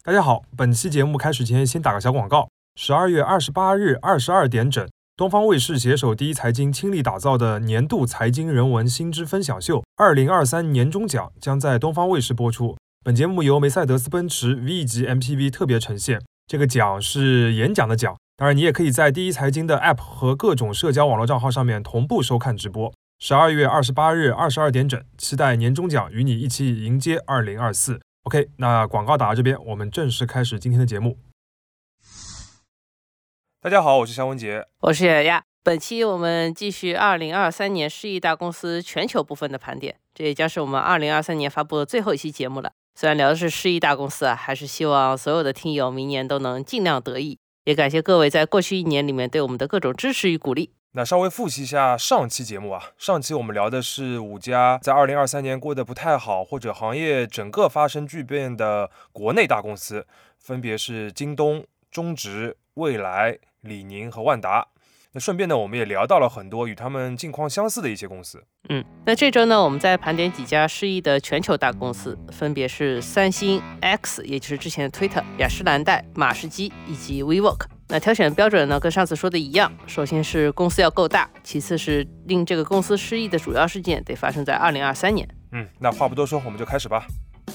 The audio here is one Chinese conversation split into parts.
大家好，本期节目开始前先打个小广告。12月28日22点整，东方卫视携手第一财经倾力打造的年度财经人文新知分享秀2023年终奖将在东方卫视播出。本节目由梅赛德斯奔驰 V 级 MPV 特别呈现，这个奖是演讲的奖。当然，你也可以在第一财经的 App 和各种社交网络账号上面同步收看直播。12月28日22点整，期待年终奖与你一起迎接2024。OK， 那广告打到这边，我们正式开始今天的节目。大家好，我是肖文杰， 我是雅雅。本期我们继续2023年世亿大公司全球部分的盘点，这也将是我们2023年发布的最后一期节目了。虽然聊的是世亿大公司还是希望所有的听友明年都能尽量得益。也感谢各位在过去1年里面对我们的各种支持与鼓励。 那稍微复习一下上期节目上期我们聊的是5家在2023年过得不太好或者行业整个发生巨变的国内大公司，分别是京东、中植、蔚来、李宁和万达。那顺便呢，我们也聊到了很多与他们境况相似的一些公司。 那这周呢，我们再盘点几家世亿的全球大公司，分别是三星、X， 也就是之前的 Twitter、雅诗兰黛、马士基以及 WeWork。那挑选的标准呢，跟上次说的一样，首先是公司要够大，其次是令这个公司失忆的主要事件得发生在2023年。 那话不多说，我们就开始吧。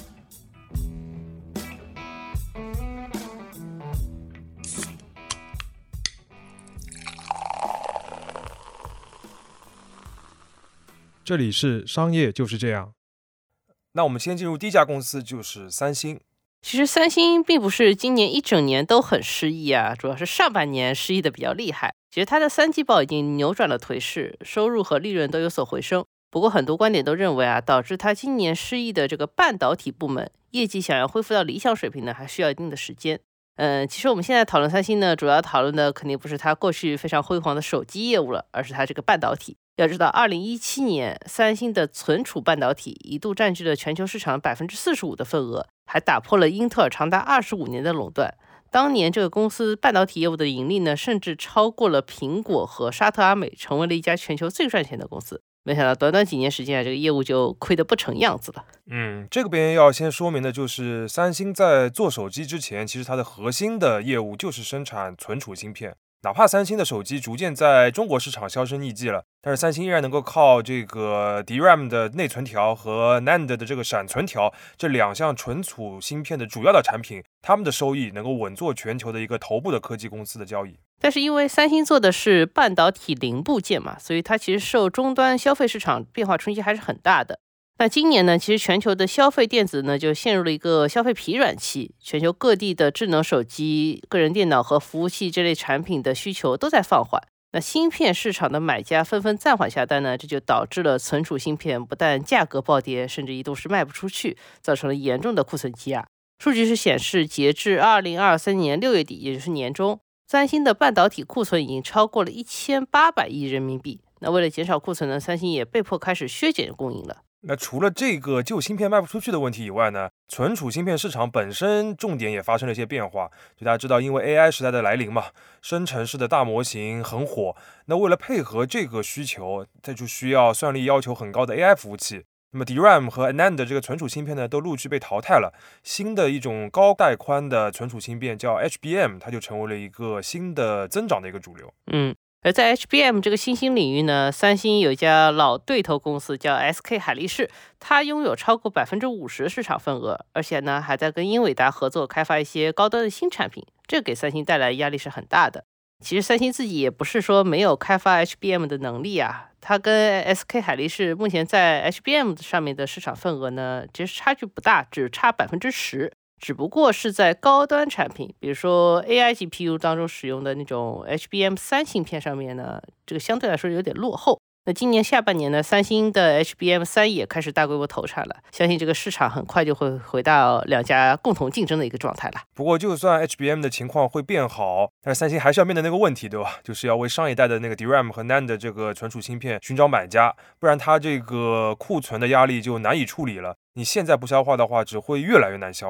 这里是商业就是这样。那我们先进入第一家公司，就是三星。 其实三星并不是今年一整年都很失意主要是上半年失意的比较厉害。其实它的3季报已经扭转了颓势，收入和利润都有所回升。不过很多观点都认为导致它今年失意的这个半导体部门业绩想要恢复到理想水平呢，还需要一定的时间。其实我们现在讨论三星呢，主要讨论的肯定不是它过去非常辉煌的手机业务了，而是它这个半导体。要知道2017年三星的存储半导体一度占据了全球市场 45% 的份额，还打破了英特尔长达25年的垄断。当年这个公司半导体业务的盈利呢，甚至超过了苹果和沙特阿美，成为了一家全球最赚钱的公司。没想到短短几年时间这个业务就亏得不成样子了。 这个边要先说明的就是，三星在做手机之前，其实它的核心的业务就是生产存储芯片。哪怕三星的手机逐渐在中国市场销声匿迹了，但是三星依然能够靠这个 DRAM 的内存条和 NAND 的这个闪存条这2项存储芯片的主要的产品，他们的收益能够稳坐全球的一个头部的科技公司的交易。 但是因为三星做的是半导体零部件嘛，所以它其实受终端消费市场变化冲击还是很大的。那今年呢，其实全球的消费电子呢就陷入了一个消费疲软期，全球各地的智能手机、个人电脑和服务器这类产品的需求都在放缓。那芯片市场的买家纷纷暂缓下单呢，这就导致了存储芯片不但价格暴跌，甚至一度是卖不出去，造成了严重的库存积压。数据是显示，截至2023年6月底，也就是年中，三星的半导体库存已经超过了1800亿人民币。那为了减少库存呢，三星也被迫开始削减供应了。 那除了这个旧芯片卖不出去的问题以外呢，存储芯片市场本身重点也发生了一些变化。就大家知道，因为 AI 时代的来临嘛，生成式的大模型很火。那为了配合这个需求，它就需要算力要求很高的 AI 服务器。那么 DRAM 和 NAND 的这个存储芯片呢，都陆续被淘汰了。新的一种高带宽的存储芯片叫 HBM， 它就成为了一个新的增长的一个主流。 而在 HBM 这个新兴领域呢，三星有一家老对头公司叫 SK 海力士，它拥有超过 50% 的市场份额，而且呢还在跟英伟达合作开发一些高端的新产品，这给三星带来的压力是很大的。其实三星自己也不是说没有开发 HBM 的能力它跟 SK 海力士目前在 HBM 上面的市场份额呢，其实差距不大，只差 10%。只不过是在高端产品，比如说 AI GPU 当中使用的那种 HBM3 芯片上面呢，这个相对来说有点落后。那今年下半年呢，三星的 HBM3 也开始大规模投产了，相信这个市场很快就会回到2家共同竞争的一个状态了。 不过就算 HBM 的情况会变好，但是三星还是要面对那个问题，对吧？就是要为上一代的那个 DRAM 和 NAND 的这个存储芯片寻找买家，不然它这个库存的压力就难以处理了。你现在不消化的话，只会越来越难消化。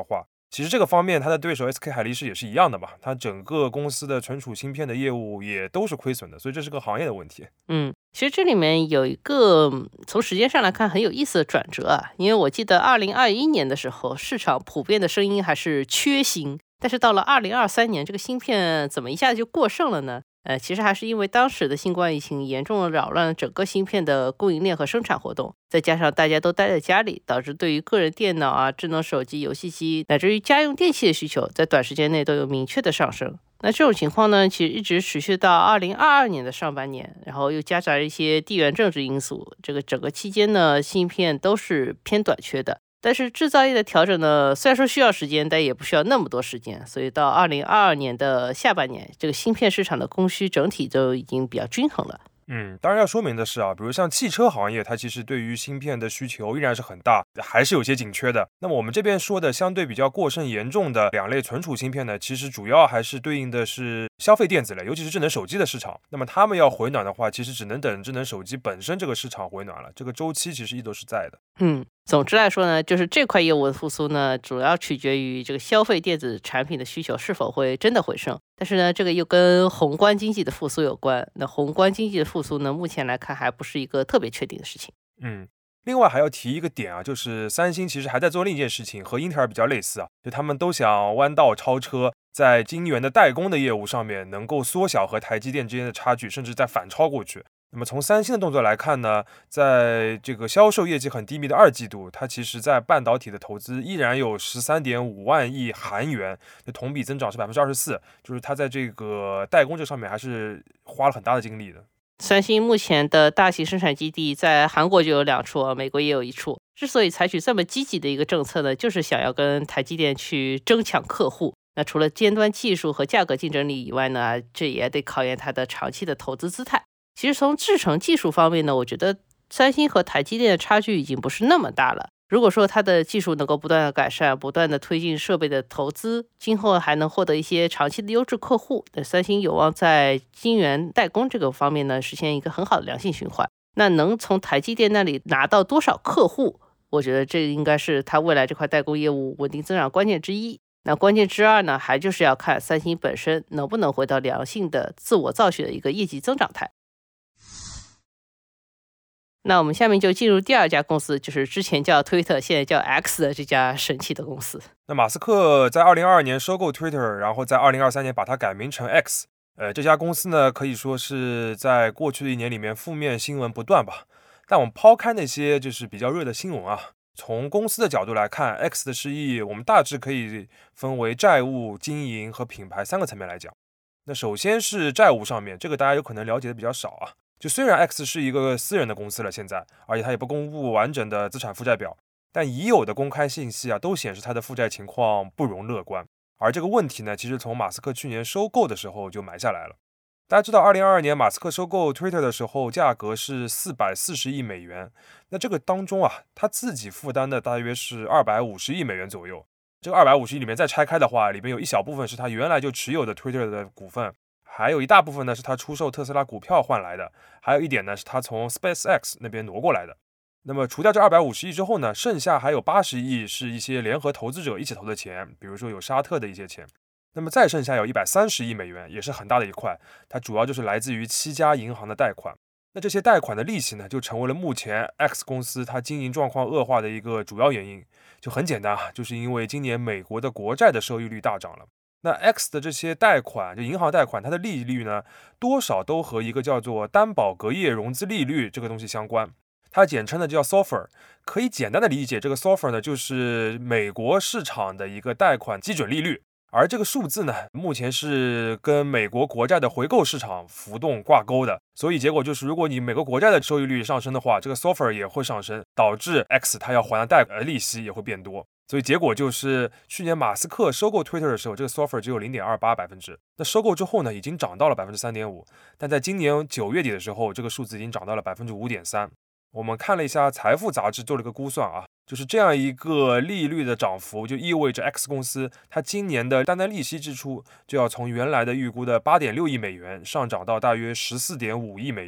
其实这个方面，它的对手 SK 海力士也是一样的嘛，它整个公司的存储芯片的业务也都是亏损的，所以这是个行业的问题。 其实这里面有一个从时间上来看很有意思的转折啊，因为我记得2021年的时候，市场普遍的声音还是缺芯，但是到了2023年，这个芯片怎么一下子就过剩了呢？其实还是因为当时的新冠疫情严重的扰乱了整个芯片的供应链和生产活动，再加上大家都待在家里，导致对于个人电脑啊、智能手机、游戏机乃至于家用电器的需求，在短时间内都有明确的上升。那这种情况呢，其实一直持续到2022年的上半年，然后又夹杂一些地缘政治因素，这个整个期间呢，芯片都是偏短缺的。但是制造业的调整呢，虽然说需要时间，但也不需要那么多时间，所以到2022年的下半年，这个芯片市场的供需整体都已经比较均衡了。 当然要说明的是啊，比如像汽车行业，它其实对于芯片的需求依然是很大，还是有些紧缺的。那么我们这边说的相对比较过剩严重的两类存储芯片呢，其实主要还是对应的是消费电子类，尤其是智能手机的市场。那么他们要回暖的话，其实只能等智能手机本身这个市场回暖了，这个周期其实一直都是在的。 总之来说呢，就是这块业务的复苏呢，主要取决于这个消费电子产品的需求是否会真的回升。但是呢，这个又跟宏观经济的复苏有关。那宏观经济的复苏呢，目前来看还不是一个特别确定的事情。 另外还要提一个点啊，就是三星其实还在做另一件事情，和英特尔比较类似啊，就他们都想弯道超车，在晶圆的代工的业务上面能够缩小和台积电之间的差距，甚至再反超过去。那么从三星的动作来看呢，在这个销售业绩很低迷的二季度，它其实在半导体的投资依然有13.5万亿韩元，同比增长是24%，就是它在这个代工这上面还是花了很大的精力的。 三星目前的大型生产基地在韩国就有2处，美国也有1处。之所以采取这么积极的一个政策呢，就是想要跟台积电去争抢客户。那除了尖端技术和价格竞争力以外呢，这也得考验它的长期的投资姿态。其实从制程技术方面呢，我觉得三星和台积电的差距已经不是那么大了。如果说它的技术能够不断的改善，不断的推进设备的投资，今后还能获得一些长期的优质客户，那三星有望在晶圆代工这个方面呢，实现一个很好的良性循环。那能从台积电那里拿到多少客户，我觉得这应该是它未来这块代工业务稳定增长关键之一。那关键之二呢，还就是要看三星本身能不能回到良性的自我造血的一个业绩增长态。那我们下面就进入第二家公司，就是之前叫 Twitter 现在叫 X 的这家神奇的公司。 那马斯克在2022年收购 Twitter， 然后在2023年把它改名成 X。这家公司呢，可以说是在过去的1年里面负面新闻不断吧。但我们抛开那些就是比较热的新闻啊，从公司的角度来看 ，X 的失意我们大致可以分为债务、经营和品牌3个层面来讲。那首先是债务上面，这个大家有可能了解的比较少啊。就虽然 X 是一个私人的公司了，现在，而且它也不公布完整的资产负债表，但已有的公开信息啊，都显示它的负债情况不容乐观。而这个问题呢，其实从马斯克去年收购的时候就埋下来了。大家知道2022年马斯克收购 Twitter 的时候，价格是440亿美元，那这个当中啊，他自己负担的大约是250亿美元左右。这个250亿里面再拆开的话，里面有一小部分是他原来就持有的 Twitter 的股份，还有一大部分呢是他出售特斯拉股票换来的，还有一点呢是他从 SpaceX 那边挪过来的。那么除掉这250亿之后呢，剩下还有80亿是一些联合投资者一起投的钱，比如说有沙特的一些钱。那么再剩下有130亿美元，也是很大的一块，它主要就是来自于7家银行的贷款。那这些贷款的利息呢，就成为了目前 X 公司它经营状况恶化的一个主要原因。就很简单啊，就是因为今年美国的国债的收益率大涨了。那 X 的这些贷款，就银行贷款，它的利率呢，多少都和一个叫做担保隔夜融资利率这个东西相关。它简称的叫 SOFR， 可以简单的理解，这个 SOFR 呢，就是美国市场的一个贷款基准利率。而这个数字呢，目前是跟美国国债的回购市场浮动挂钩的，所以结果就是，如果你美国国债的收益率上升的话，这个 SOFR 也会上升，导致 X 它要还的贷款利息也会变多。所以结果就是，去年马斯克收购 Twitter 的时候，这个 SOFR 只有0.28%，那收购之后呢，已经涨到了3.5%，但在今年9月底的时候，这个数字已经涨到了5.3%。我们看了一下财富杂志做了个估算啊，就是这样一个利率的涨幅，就意味着 X 公司它今年的单利息支出就要从原来的预估的8.6亿美元上涨到大约14.5亿美元了。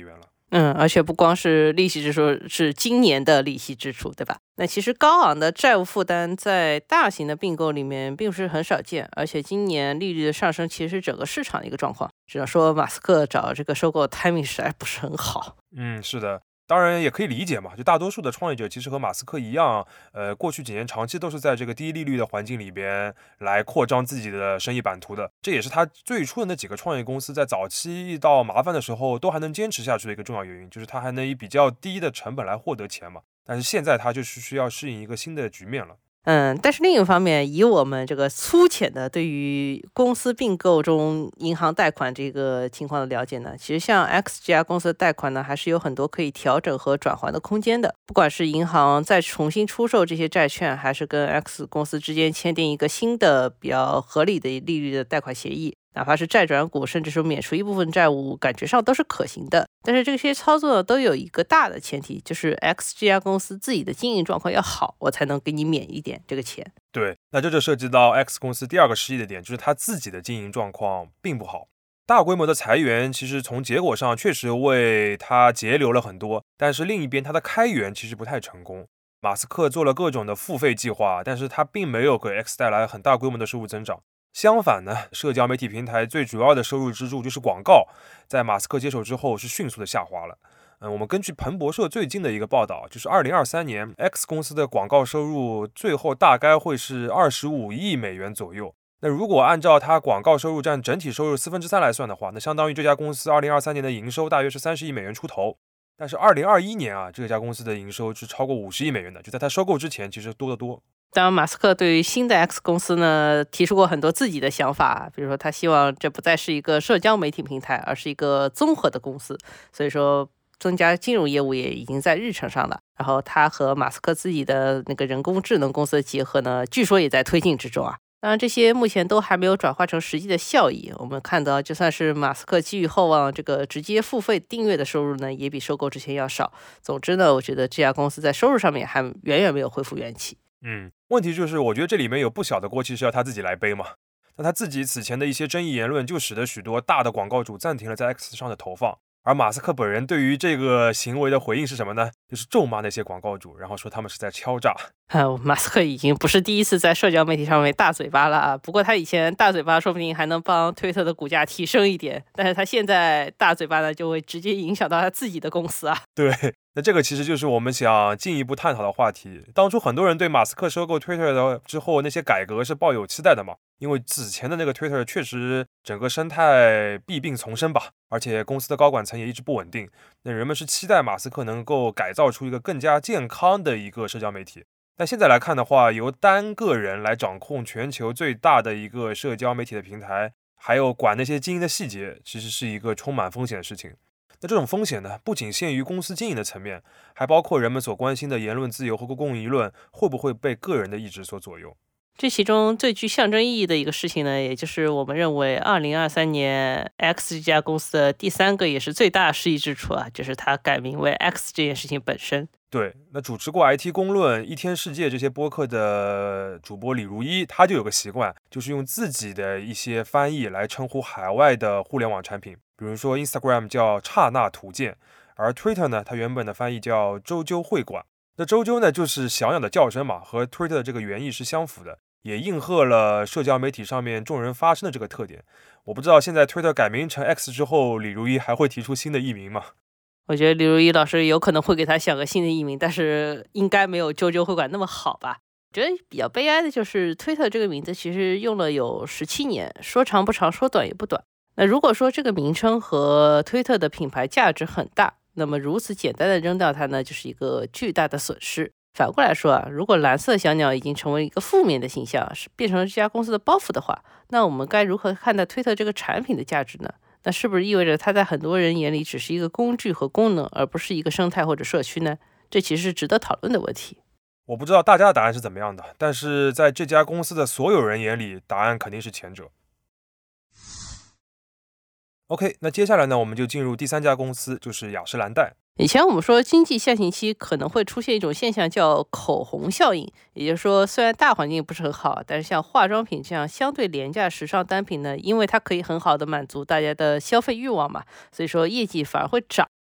而且不光是利息支出，是今年的利息支出，对吧？那其实高昂的债务负担在大型的并购里面并不是很少见，而且今年利率的上升其实是整个市场的一个状况，只能说马斯克找这个收购 timing 实在不是很好。 是的。当然也可以理解嘛，就大多数的创业者其实和马斯克一样，过去几年长期都是在这个低利率的环境里边来扩张自己的生意版图的，这也是他最初的那几个创业公司在早期遇到麻烦的时候都还能坚持下去的一个重要原因，就是他还能以比较低的成本来获得钱嘛。但是现在他就是需要适应一个新的局面了。 但是另一方面，以我们这个粗浅的对于公司并购中银行贷款这个情况的了解呢，其实像 X 这家公司的贷款呢，还是有很多可以调整和转还的空间的。不管是银行再重新出售这些债券，还是跟 X 公司之间签订一个新的比较合理的利率的贷款协议，哪怕是债转股，甚至说免除一部分债务，感觉上都是可行的。但是这些操作呢，都有一个大的前提，就是 X 这家公司自己的经营状况要好，我才能给你免一点这个钱。 对，那这就涉及到 X 公司第二个失意的点，就是他自己的经营状况并不好。大规模的裁员其实从结果上确实为他节流了很多，但是另一边他的开源其实不太成功。马斯克做了各种的付费计划，但是他并没有给 X 带来很大规模的收入增长。相反呢，社交媒体平台最主要的收入支柱就是广告，在马斯克接手之后是迅速的下滑了。我们根据彭博社最近的一个报道，就是2023年 X 公司的广告收入最后大概会是25亿美元左右。那如果按照它广告收入占整体收入3/4来算的话，那相当于这家公司2023年的营收大约是30亿美元出头。但是2021年这家公司的营收是超过50亿美元的，就在它收购之前其实多得多。 当然，马斯克对于新的 X 公司呢，提出过很多自己的想法，比如说他希望这不再是一个社交媒体平台，而是一个综合的公司，所以说增加金融业务也已经在日程上了。然后他和马斯克自己的那个人工智能公司的结合呢，据说也在推进之中啊。当然，这些目前都还没有转化成实际的效益。我们看到，就算是马斯克寄予厚望，这个直接付费订阅的收入呢，也比收购之前要少。总之呢，我觉得这家公司在收入上面还远远没有恢复元气。 问题就是我觉得这里面有不小的锅气是要他自己来背嘛。那他自己此前的一些争议言论就使得许多大的广告主暂停了在 X 上的投放，而马斯克本人对于这个行为的回应是什么呢？就是咒骂那些广告主，然后说他们是在敲诈。 马斯克已经不是第一次在社交媒体上面大嘴巴了，不过他以前大嘴巴说不定还能帮推特的股价提升一点，但是他现在大嘴巴呢，就会直接影响到他自己的公司啊。 对，那这个其实就是我们想进一步探讨的话题。当初很多人对马斯克收购 Twitter 的之后那些改革是抱有期待的嘛，因为之前的那个 Twitter 确实整个生态弊病丛生吧，而且公司的高管层也一直不稳定。那人们是期待马斯克能够改造出一个更加健康的一个社交媒体。但现在来看的话，由单个人来掌控全球最大的一个社交媒体的平台，还有管那些经营的细节，其实是一个充满风险的事情。那这种风险呢，不仅限于公司经营的层面，还包括人们所关心的言论自由和公共舆论会不会被个人的意志所左右。 这其中最具象征意义的一个事情呢，也就是我们认为2023年 X 这家公司的第三个也是最大的失意之处啊，就是它改名为 X 这件事情本身。 对，那主持过 IT 公论、一天世界这些播客的主播李如一，他就有个习惯，就是用自己的一些翻译来称呼海外的互联网产品，比如说 Instagram 叫刹那图鉴，而 Twitter 呢，它原本的翻译叫周啾会馆。那周啾呢，就是小鸟的叫声嘛，和 Twitter 的这个原意是相符的，也应和了社交媒体上面众人发声的这个特点。我不知道现在 Twitter 改名成 X 之后，李如一还会提出新的译名吗？ 我觉得李如一老师有可能会给他想个新的译名，但是应该没有啾啾会馆那么好吧。觉得比较悲哀的就是推特这个名字其实用了有17年，说长不长，说短也不短。那如果说这个名称和推特的品牌价值很大，那么如此简单的扔掉它呢，就是一个巨大的损失。反过来说啊，如果蓝色小鸟已经成为一个负面的形象，是变成了这家公司的包袱的话，那我们该如何看待推特这个产品的价值呢？那是不是意味着它在很多人眼里只是一个工具和功能，而不是一个生态或者社区呢？这其实是值得讨论的问题。 我不知道大家的答案是怎么样的，但是在这家公司的所有人眼里，答案肯定是前者。OK， 那接下来呢，我们就进入第三家公司，就是雅诗兰黛。 以前我们说经济下行期可能会出现一种现象叫口红效应，也就是说虽然大环境不是很好，但是像化妆品这样相对廉价时尚单品呢，因为它可以很好的满足大家的消费欲望嘛，所以说业绩反而会涨。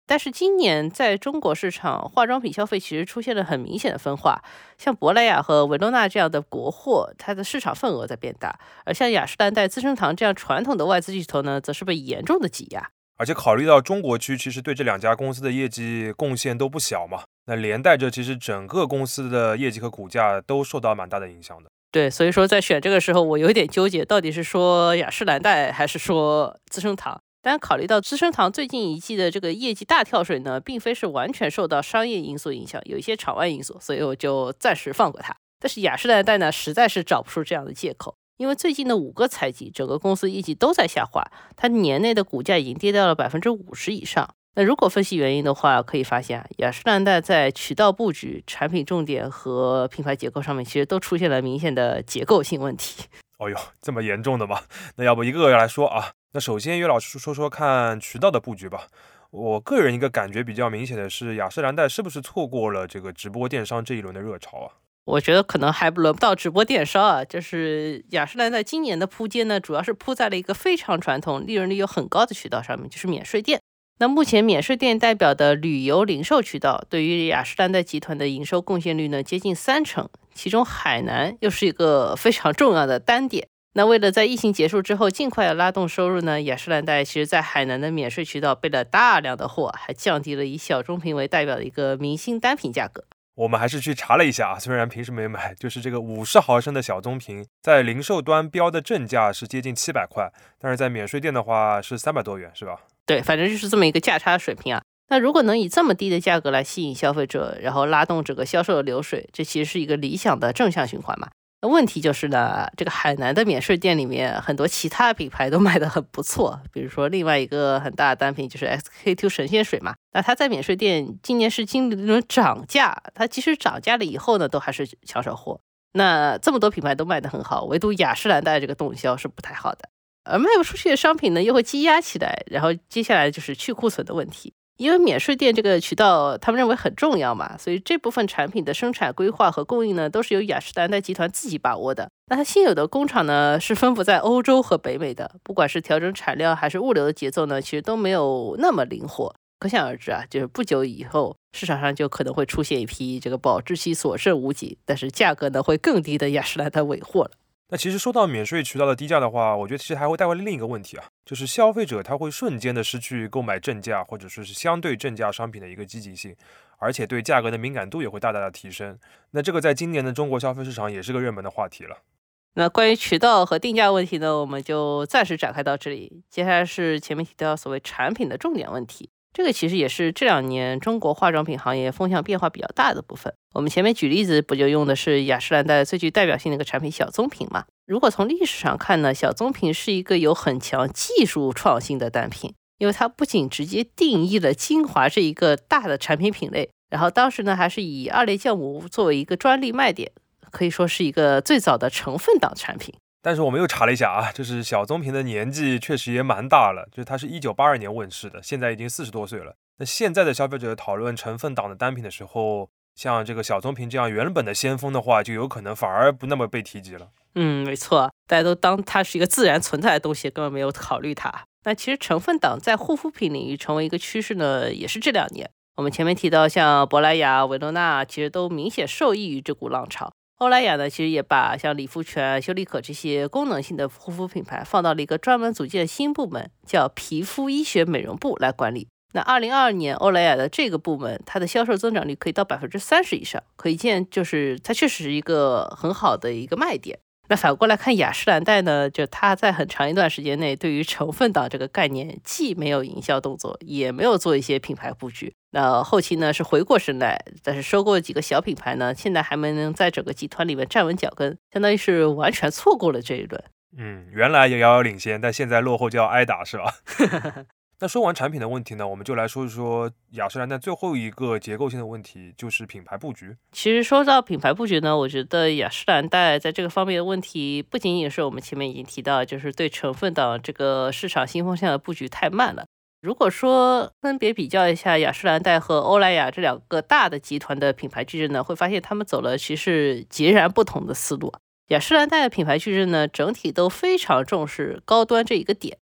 但是今年在中国市场，化妆品消费其实出现了很明显的分化，像珀莱雅和薇诺娜这样的国货，它的市场份额在变大，而像雅诗兰黛、资生堂这样传统的外资巨头呢，则是被严重的挤压。 而且考虑到中国区其实对这两家公司的业绩贡献都不小嘛，那连带着其实整个公司的业绩和股价都受到蛮大的影响的。 对，所以说在选这个时候，我有点纠结，到底是说雅诗兰黛还是说资生堂。但考虑到资生堂最近一季的这个业绩大跳水呢，并非是完全受到商业因素影响，有一些场外因素，所以我就暂时放过它。但是雅诗兰黛呢，实在是找不出这样的借口，因为最近的5个财季，整个公司业绩都在下滑，它年内的股价已经跌掉了50%以上。那如果分析原因的话，可以发现雅诗兰黛在渠道布局、产品重点和品牌结构上面，其实都出现了明显的结构性问题。 哦哟，这么严重的吗？那要不一个个来说啊。那首先岳老师说说看渠道的布局吧。我个人一个感觉比较明显的是，雅诗兰黛是不是错过了这个直播电商这一轮的热潮啊？ 我觉得可能还轮不到直播电商啊，就是雅诗兰黛今年的铺街呢，主要是铺在了一个非常传统、利润率又很高的渠道上面，就是免税店。那目前免税店代表的旅游零售渠道，对于雅诗兰黛集团的营收贡献率呢，接近30%，其中海南又是一个非常重要的单点。那为了在疫情结束之后尽快拉动收入呢，雅诗兰黛其实在海南的免税渠道备了大量的货，还降低了以小棕瓶为代表的一个明星单品价格。 我们还是去查了一下啊，虽然平时没买，就是这个50毫升的小棕瓶，在零售端标的正价是接近700块，但是在免税店的话是300多元，是吧？ 对，反正就是这么一个价差水平啊。那如果能以这么低的价格来吸引消费者，然后拉动整个销售的流水，这其实是一个理想的正向循环嘛。那问题就是呢，这个海南的免税店里面很多其他品牌都卖得很不错，比如说另外一个很大的单品就是 SK2 神仙水嘛，那它在免税店今年是经历了一轮涨价，它即使涨价了以后呢，都还是抢手货。那这么多品牌都卖得很好，唯独雅诗兰黛这个动销是不太好的，而卖不出去的商品呢又会积压起来，然后接下来就是去库存的问题。因为免税店这个渠道他们认为很重要嘛，所以这部分产品的生产规划和供应呢，都是由雅诗兰黛集团自己把握的。那它现有的工厂呢，是分布在欧洲和北美的，不管是调整产量还是物流的节奏呢，其实都没有那么灵活。可想而知啊，就是不久以后市场上就可能会出现一批这个保质期所剩无几，但是价格呢会更低的雅诗兰黛尾货了。 那其实说到免税渠道的低价的话，我觉得其实还会带回另一个问题啊，就是消费者他会瞬间的失去购买正价或者说是相对正价商品的一个积极性，而且对价格的敏感度也会大大的提升。那这个在今年的中国消费市场也是个热门的话题了。 那关于渠道和定价问题呢，我们就暂时展开到这里。接下来是前面提到所谓产品的重点问题，这个其实也是这2年中国化妆品行业风向变化比较大的部分。我们前面举例子不就用的是雅诗兰黛最具代表性的一个产品小棕瓶嘛？如果从历史上看呢，小棕瓶是一个有很强技术创新的单品，因为它不仅直接定义了精华这一个大的产品品类，然后当时呢还是以2类酵母作为一个专利卖点，可以说是一个最早的成分党产品。 但是我们又查了一下啊，就是小棕瓶的年纪确实也蛮大了，就是它是1982年问世的，现在已经40多岁了。那现在的消费者讨论成分党的单品的时候，像这个小棕瓶这样原本的先锋的话，就有可能反而不那么被提及了。 没错，大家都当它是一个自然存在的东西，根本没有考虑它。那其实成分党在护肤品领域成为一个趋势呢，也是这2年。我们前面提到像珀莱雅、薇诺娜其实都明显受益于这股浪潮。欧莱雅呢，其实也把像理肤泉、修丽可这些功能性的护肤品牌放到了一个专门组建的新部门，叫皮肤医学美容部来管理。那2022年欧莱雅的这个部门，它的销售增长率可以到30%以上，可见就是它确实是一个很好的一个卖点。那反过来看雅诗兰黛呢，就它在很长一段时间内对于成分党这个概念既没有营销动作，也没有做一些品牌布局。那后期呢是回过神来，但是收购几个小品牌呢，现在还没能在整个集团里面站稳脚跟，相当于是完全错过了这一轮。 原来也遥遥领先，但现在落后就要挨打是吧？那说完产品的问题呢，我们就来说一说雅诗兰黛最后一个结构性的问题，就是品牌布局。 其实说到品牌布局呢，我觉得雅诗兰黛在这个方面的问题，不仅仅是我们前面已经提到，就是对成分党这个市场新风向的布局太慢了。如果说分别比较一下雅诗兰黛和欧莱雅这2个大的集团的品牌矩阵呢，会发现他们走了其实截然不同的思路。雅诗兰黛的品牌矩阵呢，整体都非常重视高端这一个点，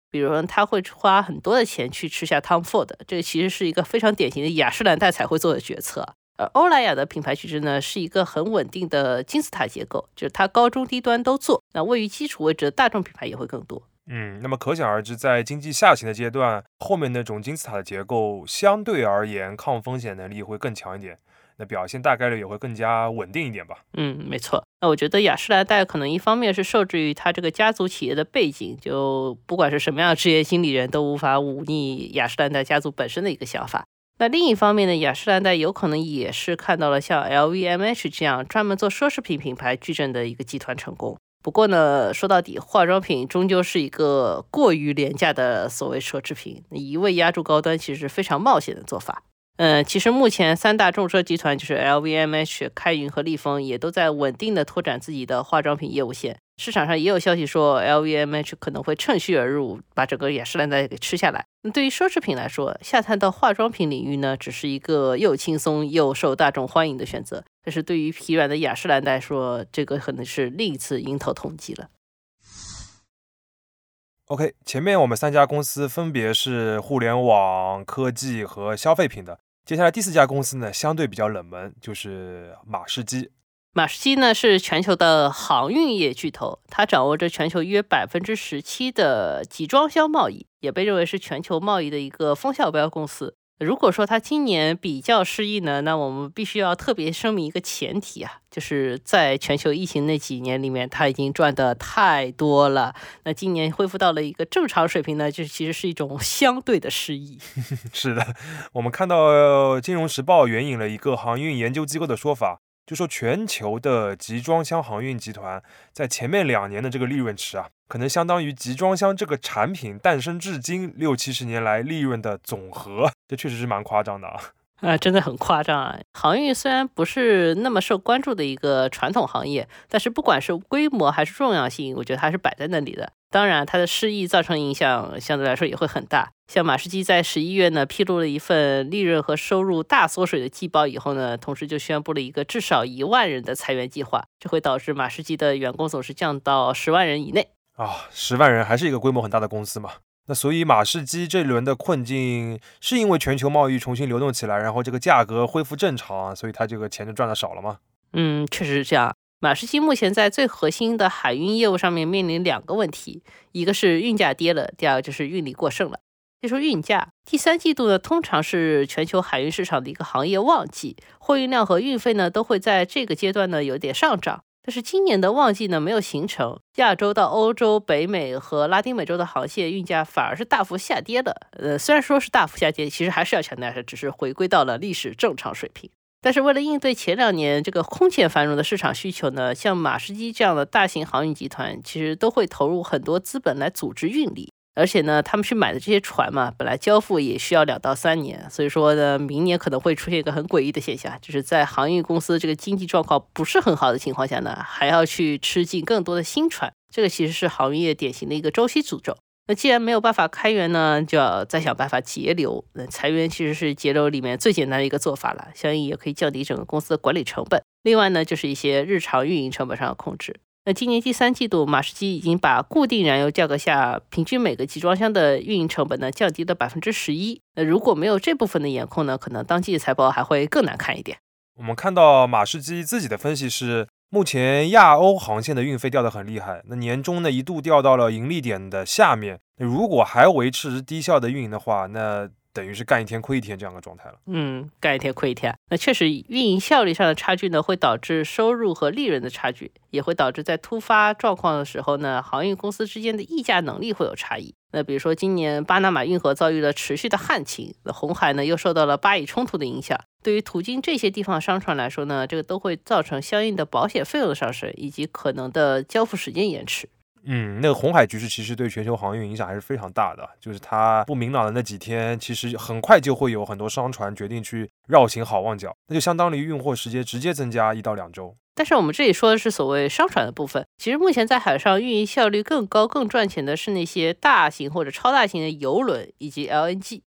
比如说他会花很多的钱去吃下 Tom Ford， 这其实是一个非常典型的雅诗兰黛才会做的决策。而欧莱雅的品牌矩阵呢，是一个很稳定的金字塔结构，就是它高中低端都做，那位于基础位置的大众品牌也会更多。 那么可想而知，在经济下行的阶段，后面那种金字塔的结构相对而言抗风险能力会更强一点，那表现大概率也会更加稳定一点吧。 没错。那我觉得雅诗兰黛可能一方面是受制于它这个家族企业的背景，就不管是什么样的职业经理人都无法忤逆雅诗兰黛家族本身的一个想法。那另一方面呢，雅诗兰黛有可能也是看到了像 LVMH 这样专门做奢侈品品牌矩阵的一个集团成功。不过呢，说到底，化妆品终究是一个过于廉价的所谓奢侈品，一味压住高端其实是非常冒险的做法。其实目前三大重奢集团就是 LVMH、开云和丽丰也都在稳定的拓展自己的化妆品业务线。市场上也有消息说 LVMH 可能会趁虚而入，把整个雅诗兰黛给吃下来。那对于奢侈品来说，下探到化妆品领域呢，只是一个又轻松又受大众欢迎的选择。但是对于疲软的雅诗兰黛说，这个可能是另一次迎头痛击了。 OK， 前面我们3家公司分别是互联网、科技和消费品的，接下来第4家公司呢，相对比较冷门，就是马士基。 马士基呢是全球的航运业巨头，它掌握着全球约17%的集装箱贸易，也被认为是全球贸易的一个风向标公司。如果说它今年比较失意呢，那我们必须要特别声明一个前提啊，就是在全球疫情那几年里面，它已经赚得太多了。那今年恢复到了一个正常水平呢，就其实是一种相对的失意。 是的，我们看到《金融时报》援引了一个航运研究机构的说法，就说全球的集装箱航运集团在前面2年的这个利润池啊，可能相当于集装箱这个产品诞生至今60-70年来利润的总和，这确实是蛮夸张的啊。 真的很夸张啊！航运虽然不是那么受关注的一个传统行业，但是不管是规模还是重要性，我觉得它是摆在那里的。当然，它的失意造成影响相对来说也会很大。像马士基在11月呢披露了一份利润和收入大缩水的季报以后呢，同时就宣布了一个至少1万人的裁员计划，这会导致马士基的员工总数降到10万人以内。 10万人还是一个规模很大的公司嘛。那所以马士基这轮的困境是因为全球贸易重新流动起来，然后这个价格恢复正常，所以它这个钱就赚得少了吗？ 确实是这样。马士基目前在最核心的海运业务上面面临2个问题，一个是运价跌了，第二个就是运力过剩了。就说运价，第3季度呢通常是全球海运市场的一个行业旺季，货运量和运费呢都会在这个阶段呢有点上涨。但是今年的旺季呢没有形成，亚洲到欧洲、北美和拉丁美洲的航线运价反而是大幅下跌的。虽然说是大幅下跌，其实还是要强调，只是回归到了历史正常水平。但是为了应对前2年这个空前繁荣的市场需求呢，像马士基这样的大型航运集团其实都会投入很多资本来组织运力。而且呢，他们去买的这些船嘛，本来交付也需要2到3年，所以说呢，明年可能会出现一个很诡异的现象，就是在航运公司这个经济状况不是很好的情况下呢，还要去吃进更多的新船，这个其实是航运业典型的一个周期诅咒。那既然没有办法开源呢，就要再想办法节流。裁员其实是节流里面最简单的一个做法了，相应也可以降低整个公司的管理成本。另外呢，就是一些日常运营成本上的控制。那今年第3季度，马士基已经把固定燃油价格下平均每个集装箱的运营成本呢降低了11%。那如果没有这部分的严控呢，可能当季的财报还会更难看一点。 我们看到马士基自己的分析是，目前亚欧航线的运费掉得很厉害，那年中呢一度掉到了盈利点的下面。如果还维持低效的运营的话，那等于是干一天亏一天这样的状态了。 干一天亏一天。那确实运营效率上的差距呢，会导致收入和利润的差距，也会导致在突发状况的时候呢，航运公司之间的议价能力会有差异。那比如说今年巴拿马运河遭遇了持续的旱情，那红海呢又受到了巴以冲突的影响，对于途经这些地方商船来说呢，这个都会造成相应的保险费用的上升，以及可能的交付时间延迟。 那个红海局势其实对全球航运影响还是非常大的，就是它不明朗的那几天，其实很快就会有很多商船决定去绕行好望角，那就相当于运货时间直接增加1到2周。 但是我们这里说的是所谓商船的部分，其实目前在海上运营效率更高、更赚钱的是那些大型或者超大型的邮轮以及 LNG。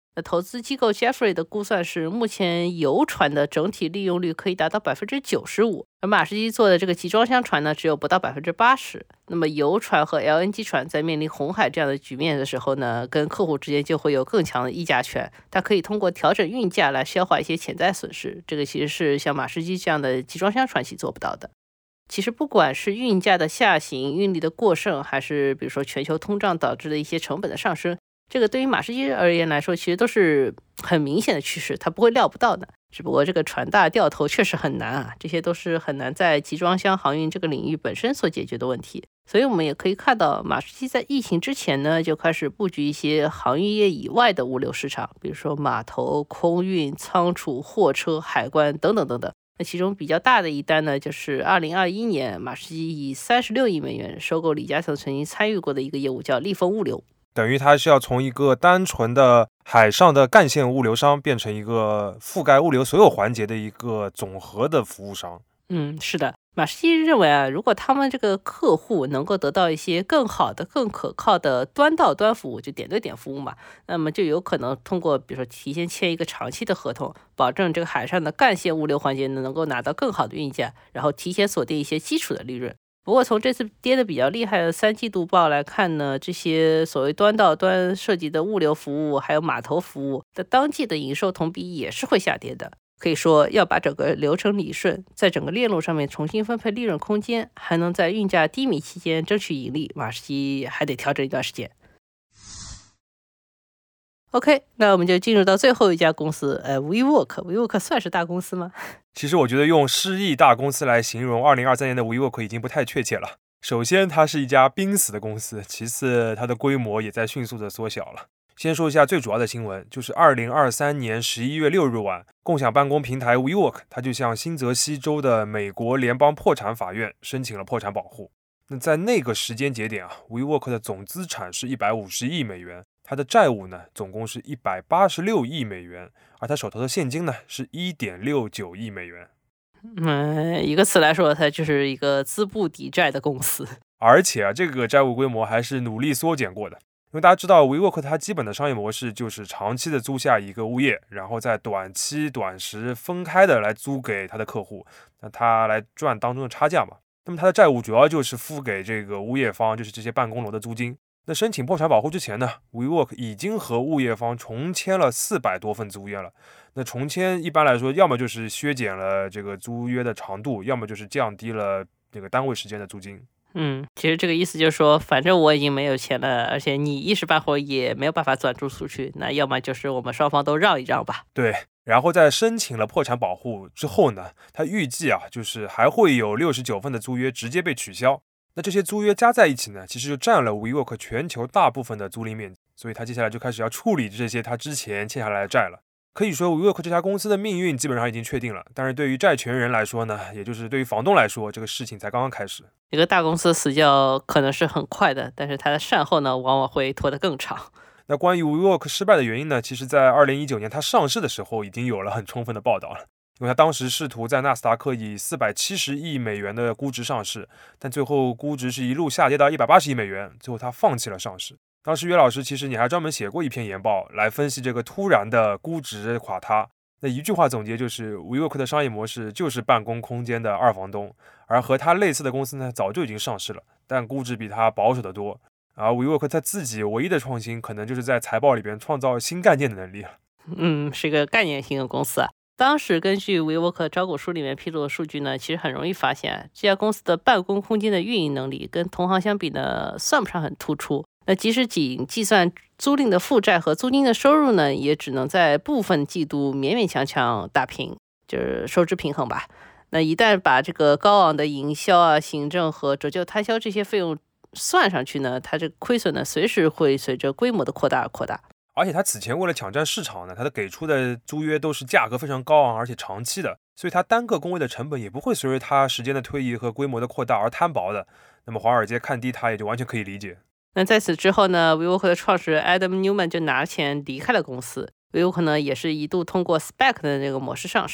那投资机构 Jeffrey 的估算是，目前油船的整体利用率可以达到95%，而马士基做的这个集装箱船呢，只有不到80%。那么油船和 LNG 船在面临红海这样的局面的时候呢，跟客户之间就会有更强的议价权，它可以通过调整运价来消化一些潜在损失。这个其实是像马士基这样的集装箱船企做不到的。其实不管是运价的下行、运力的过剩，还是比如说全球通胀导致的一些成本的上升，这个对于马士基而言来说，其实都是很明显的趋势，它不会料不到的。只不过这个船大掉头确实很难啊，这些都是很难在集装箱航运这个领域本身所解决的问题。所以我们也可以看到，马士基在疫情之前呢，就开始布局一些航运业以外的物流市场，比如说码头、空运、仓储、货车、海关等等等等。那其中比较大的一单呢，就是2021年马士基以36亿美元收购李嘉诚曾经参与过的一个业务，叫利丰物流。 等于它是要从一个单纯的海上的干线物流商变成一个覆盖物流所有环节的一个总和的服务商。 是的，马士基认为啊，如果他们这个客户能够得到一些更好的、更可靠的端到端服务，就点对点服务嘛，那么就有可能通过比如说提前签一个长期的合同，保证这个海上的干线物流环节能够拿到更好的运价，然后提前锁定一些基础的利润。不过从这次跌得比较厉害的3季度报来看呢，这些所谓端到端涉及的物流服务还有码头服务的当季的营收同比也是会下跌的。可以说要把整个流程理顺，在整个链路上面重新分配利润空间，还能在运价低迷期间争取盈利，马士基还得调整一段时间。OK， 那我们就进入到最后一家公司WeWork 算是大公司吗？ 其实我觉得用失意大公司来形容2023年的 WeWork 已经不太确切了。首先它是一家濒死的公司，其次它的规模也在迅速的缩小了。先说一下最主要的新闻，就是2023年11月6日晚，共享办公平台 WeWork 它就向新泽西州的美国联邦破产法院申请了破产保护。那在那个时间节点啊 ，WeWork 的总资产是150亿美元，它的债务呢总共是186亿美元，而它手头的现金呢是1.69亿美元。 一个词来说，它就是一个资不抵债的公司。 而且啊，这个债务规模还是努力缩减过的。因为大家知道 WeWork 它基本的商业模式就是长期的租下一个物业，然后在短期短时分开的来租给他的客户，那他来赚当中的差价嘛。那么他的债务主要就是付给这个物业方，就是这些办公楼的租金。那申请破产保护之前呢， WeWork 已经和物业方重签了400多份租约了。那重签一般来说，要么就是削减了这个租约的长度，要么就是降低了这个单位时间的租金。 其实这个意思就是说，反正我已经没有钱了，而且你一时半会也没有办法转租出去，那要么就是我们双方都让一让吧。 对，然后在申请了破产保护之后呢，他预计啊，就是还会有69份的租约直接被取消。那这些租约加在一起呢，其实就占了 WeWork 全球大部分的租赁面积，所以他接下来就开始要处理这些他之前欠下来的债了。可以说 WeWork 这家公司的命运基本上已经确定了，但是对于债权人来说呢，也就是对于房东来说，这个事情才刚刚开始。 一个大公司死掉可能是很快的，但是它的善后呢，往往会拖得更长。 那关于 WeWork 失败的原因呢，其实在2019年它上市的时候已经有了很充分的报道了。因为它当时试图在纳斯达克以470亿美元的估值上市，但最后估值是一路下跌到180亿美元，最后它放弃了上市。当时约老师其实你还专门写过一篇研报来分析这个突然的估值垮塌。那一句话总结就是 WeWork 的商业模式就是办公空间的二房东，而和它类似的公司呢早就已经上市了，但估值比它保守得多。而 WeWork 它自己唯一的创新可能就是在财报里边创造新概念的能力了。 是个概念性的公司啊。当时根据 WeWork 招股书里面披露的数据呢，其实很容易发现这家公司的办公空间的运营能力跟同行相比呢，算不上很突出。那即使仅计算租赁的负债和租金的收入呢，也只能在部分季度勉勉强强打平，就是收支平衡吧。那一旦把这个高昂的营销啊、行政和折旧摊销这些费用算上去呢，它这个亏损呢，随时会随着规模的扩大而扩大。 而且他此前为了抢占市场呢，他的给出的租约都是价格非常高昂而且长期的，所以他单个工位的成本也不会随着他时间的推移和规模的扩大而摊薄的。那么华尔街看低他也就完全可以理解。 那在此之后呢， WeWork 的创始人 Adam Neumann 就拿钱离开了公司。WeWork 呢也是一度通过 SPAC 的这个模式上市了。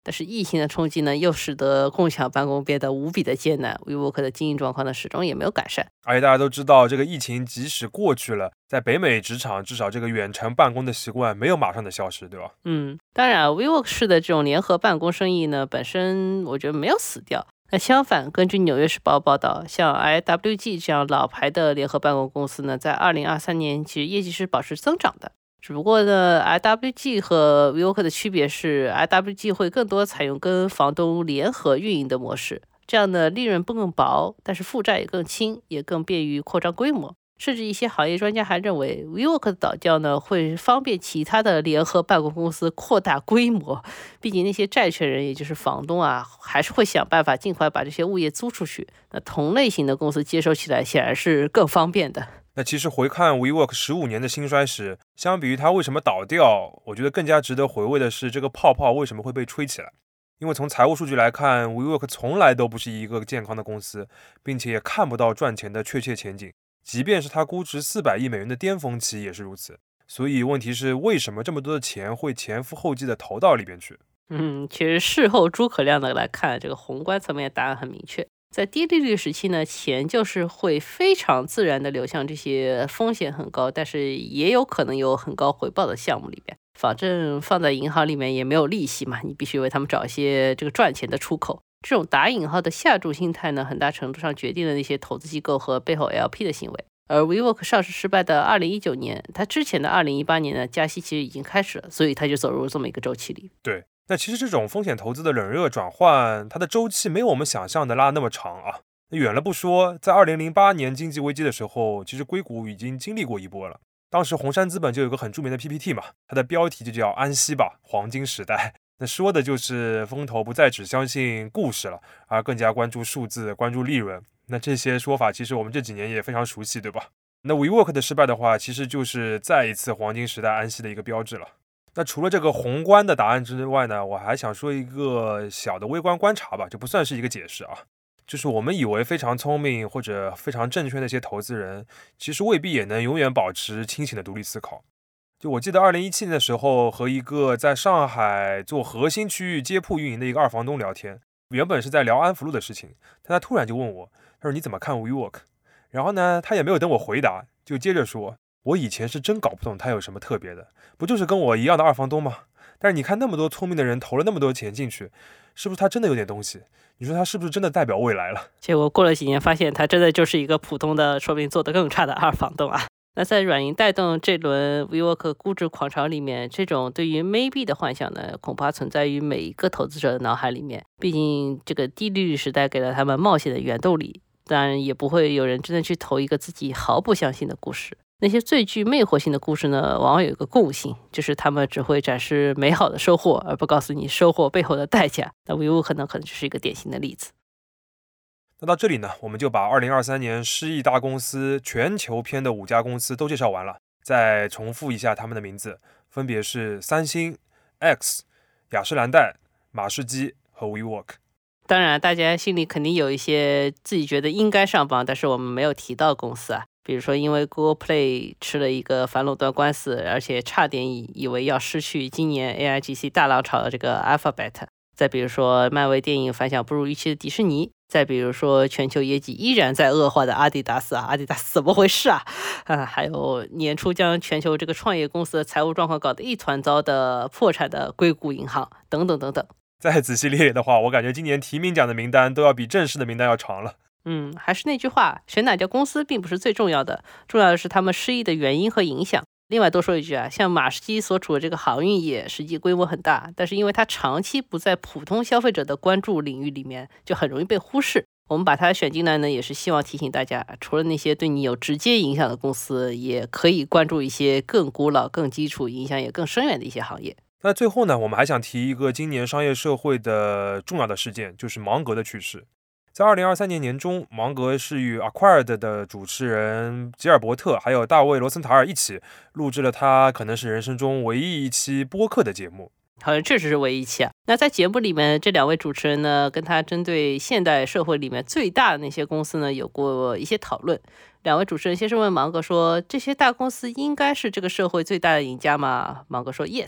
但是疫情的冲击呢，又使得共享办公变得无比的艰难。WeWork 的经营状况呢，始终也没有改善。 而且大家都知道，这个疫情即使过去了，在北美职场，至少这个远程办公的习惯没有马上的消失，对吧？ 当然 WeWork 式的这种联合办公生意呢，本身我觉得没有死掉。那相反，根据纽约时报报道，像 IWG 这样老牌的联合办公公司呢，在2023年其实业绩是保持增长的。只不过呢 IWG 和 WeWork 的区别是 IWG 会更多采用跟房东联合运营的模式，这样的利润更薄，但是负债也更轻，也更便于扩张规模。甚至一些行业专家还认为 WeWork 的倒掉呢，会方便其他的联合办公公司扩大规模。毕竟那些债权人也就是房东啊，还是会想办法尽快把这些物业租出去。那同类型的公司接收起来显然是更方便的。 那其实回看 WeWork 15年的兴衰史，相比于它为什么倒掉，我觉得更加值得回味的是这个泡泡为什么会被吹起来。因为从财务数据来看 WeWork 从来都不是一个健康的公司，并且也看不到赚钱的确切前景，即便是它估值400亿美元的巅峰期也是如此。所以问题是，为什么这么多的钱会前赴后继的投到里边去？ 其实事后诸葛亮的来看，这个宏观层面答案很明确。在低利率时期呢，钱就是会非常自然的流向这些风险很高，但是也有可能有很高回报的项目里边。反正放在银行里面也没有利息嘛，你必须为他们找一些这个赚钱的出口。这种打引号的下注心态呢，很大程度上决定了那些投资机构和背后 LP 的行为。而 WeWork 上市失败的2019年，它之前的2018年呢，加息其实已经开始了，所以它就走入这么一个周期里。 对，那其实这种风险投资的冷热转换，它的周期没有我们想象的拉那么长啊。远了不说，在2008年经济危机的时候，其实硅谷已经经历过一波了。当时红杉资本就有个很著名的 PPT 嘛，它的标题就叫安息吧，黄金时代。那说的就是风投不再只相信故事了，而更加关注数字，关注利润。那这些说法其实我们这几年也非常熟悉，对吧？那 WeWork 的失败的话，其实就是再一次黄金时代安息的一个标志了。那除了这个宏观的答案之外呢，我还想说一个小的微观观察吧，这不算是一个解释啊。就是我们以为非常聪明或者非常正确的一些投资人，其实未必也能永远保持清醒的独立思考。就我记得2017年的时候，和一个在上海做核心区域街铺运营的一个二房东聊天，原本是在聊安福路的事情，但他突然就问我，他说你怎么看 WeWork？ 然后呢，他也没有等我回答，就接着说，我以前是真搞不懂他有什么特别的，不就是跟我一样的二房东吗？但是你看那么多聪明的人投了那么多钱进去，是不是他真的有点东西？你说他是不是真的代表未来了？ 结果过了几年发现他真的就是一个普通的，说不定做得更差的二房东啊。那在软银带动这轮 WeWork 估值狂潮里面，这种对于 maybe 的幻想呢，恐怕存在于每一个投资者的脑海里面。毕竟这个低利率时代给了他们冒险的原动力，当然也不会有人真的去投一个自己毫不相信的故事。那些最具魅惑性的故事呢，往往有一个共性，就是他们只会展示美好的收获，而不告诉你收获背后的代价。那 WeWork 可能就是一个典型的例子。 那到这里呢，我们就把2023年失意大公司全球篇的5家公司都介绍完了。再重复一下他们的名字，分别是三星、X、雅诗兰黛、马士基和 WeWork。 当然，大家心里肯定有一些自己觉得应该上榜，但是我们没有提到公司啊。比如说，因为 Google Play 吃了一个反垄断官司，而且差点以为要失去今年 AIGC 大浪潮的这个 Alphabet。再比如说，漫威电影反响不如预期的迪士尼。再比如说，全球业绩依然在恶化的阿迪达斯啊，阿迪达斯怎么回事啊？还有年初将全球这个创业公司的财务状况搞得一团糟的破产的硅谷银行，等等等等。 再仔细列列的话，我感觉今年提名奖的名单都要比正式的名单要长了。 还是那句话，选哪家公司并不是最重要的，重要的是他们失意的原因和影响。另外多说一句啊，像马士基所处的这个航运业，实际规模很大，但是因为它长期不在普通消费者的关注领域里面，就很容易被忽视。我们把它选进来呢，也是希望提醒大家，除了那些对你有直接影响的公司，也可以关注一些更古老、更基础、影响也更深远的一些行业。 那最后呢，我们还想提一个今年商业社会的重要的事件，就是芒格的去世。在2023年年中，芒格是与 Acquired 的主持人吉尔伯特还有大卫罗森塔尔一起录制了他可能是人生中唯一一期播客的节目。 好像确实是唯一一期啊。那在节目里面，这两位主持人呢，跟他针对现代社会里面最大的那些公司呢，有过一些讨论。两位主持人先是问芒格说，这些大公司应该是这个社会最大的赢家吗？芒格说 yes。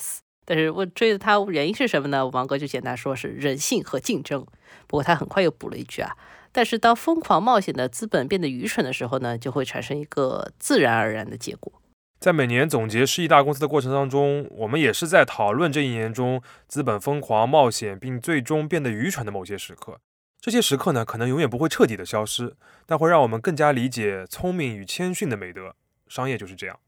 但是问追着他原因是什么呢？王哥就简单说是人性和竞争。不过他很快又补了一句啊，但是当疯狂冒险的资本变得愚蠢的时候呢，就会产生一个自然而然的结果。 在每年总结世纪大公司的过程当中，我们也是在讨论这一年中资本疯狂冒险并最终变得愚蠢的某些时刻。这些时刻呢，可能永远不会彻底的消失，但会让我们更加理解聪明与谦逊的美德。商业就是这样。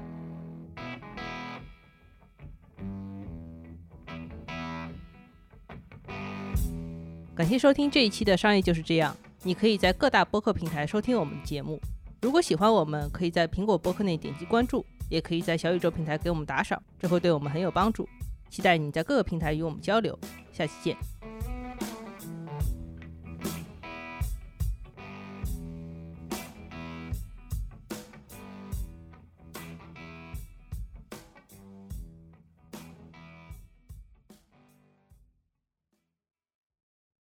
感谢收听这一期的商业就是这样。你可以在各大播客平台收听我们的节目。如果喜欢我们，可以在苹果播客内点击关注，也可以在小宇宙平台给我们打赏，这会对我们很有帮助。期待你在各个平台与我们交流。下期见。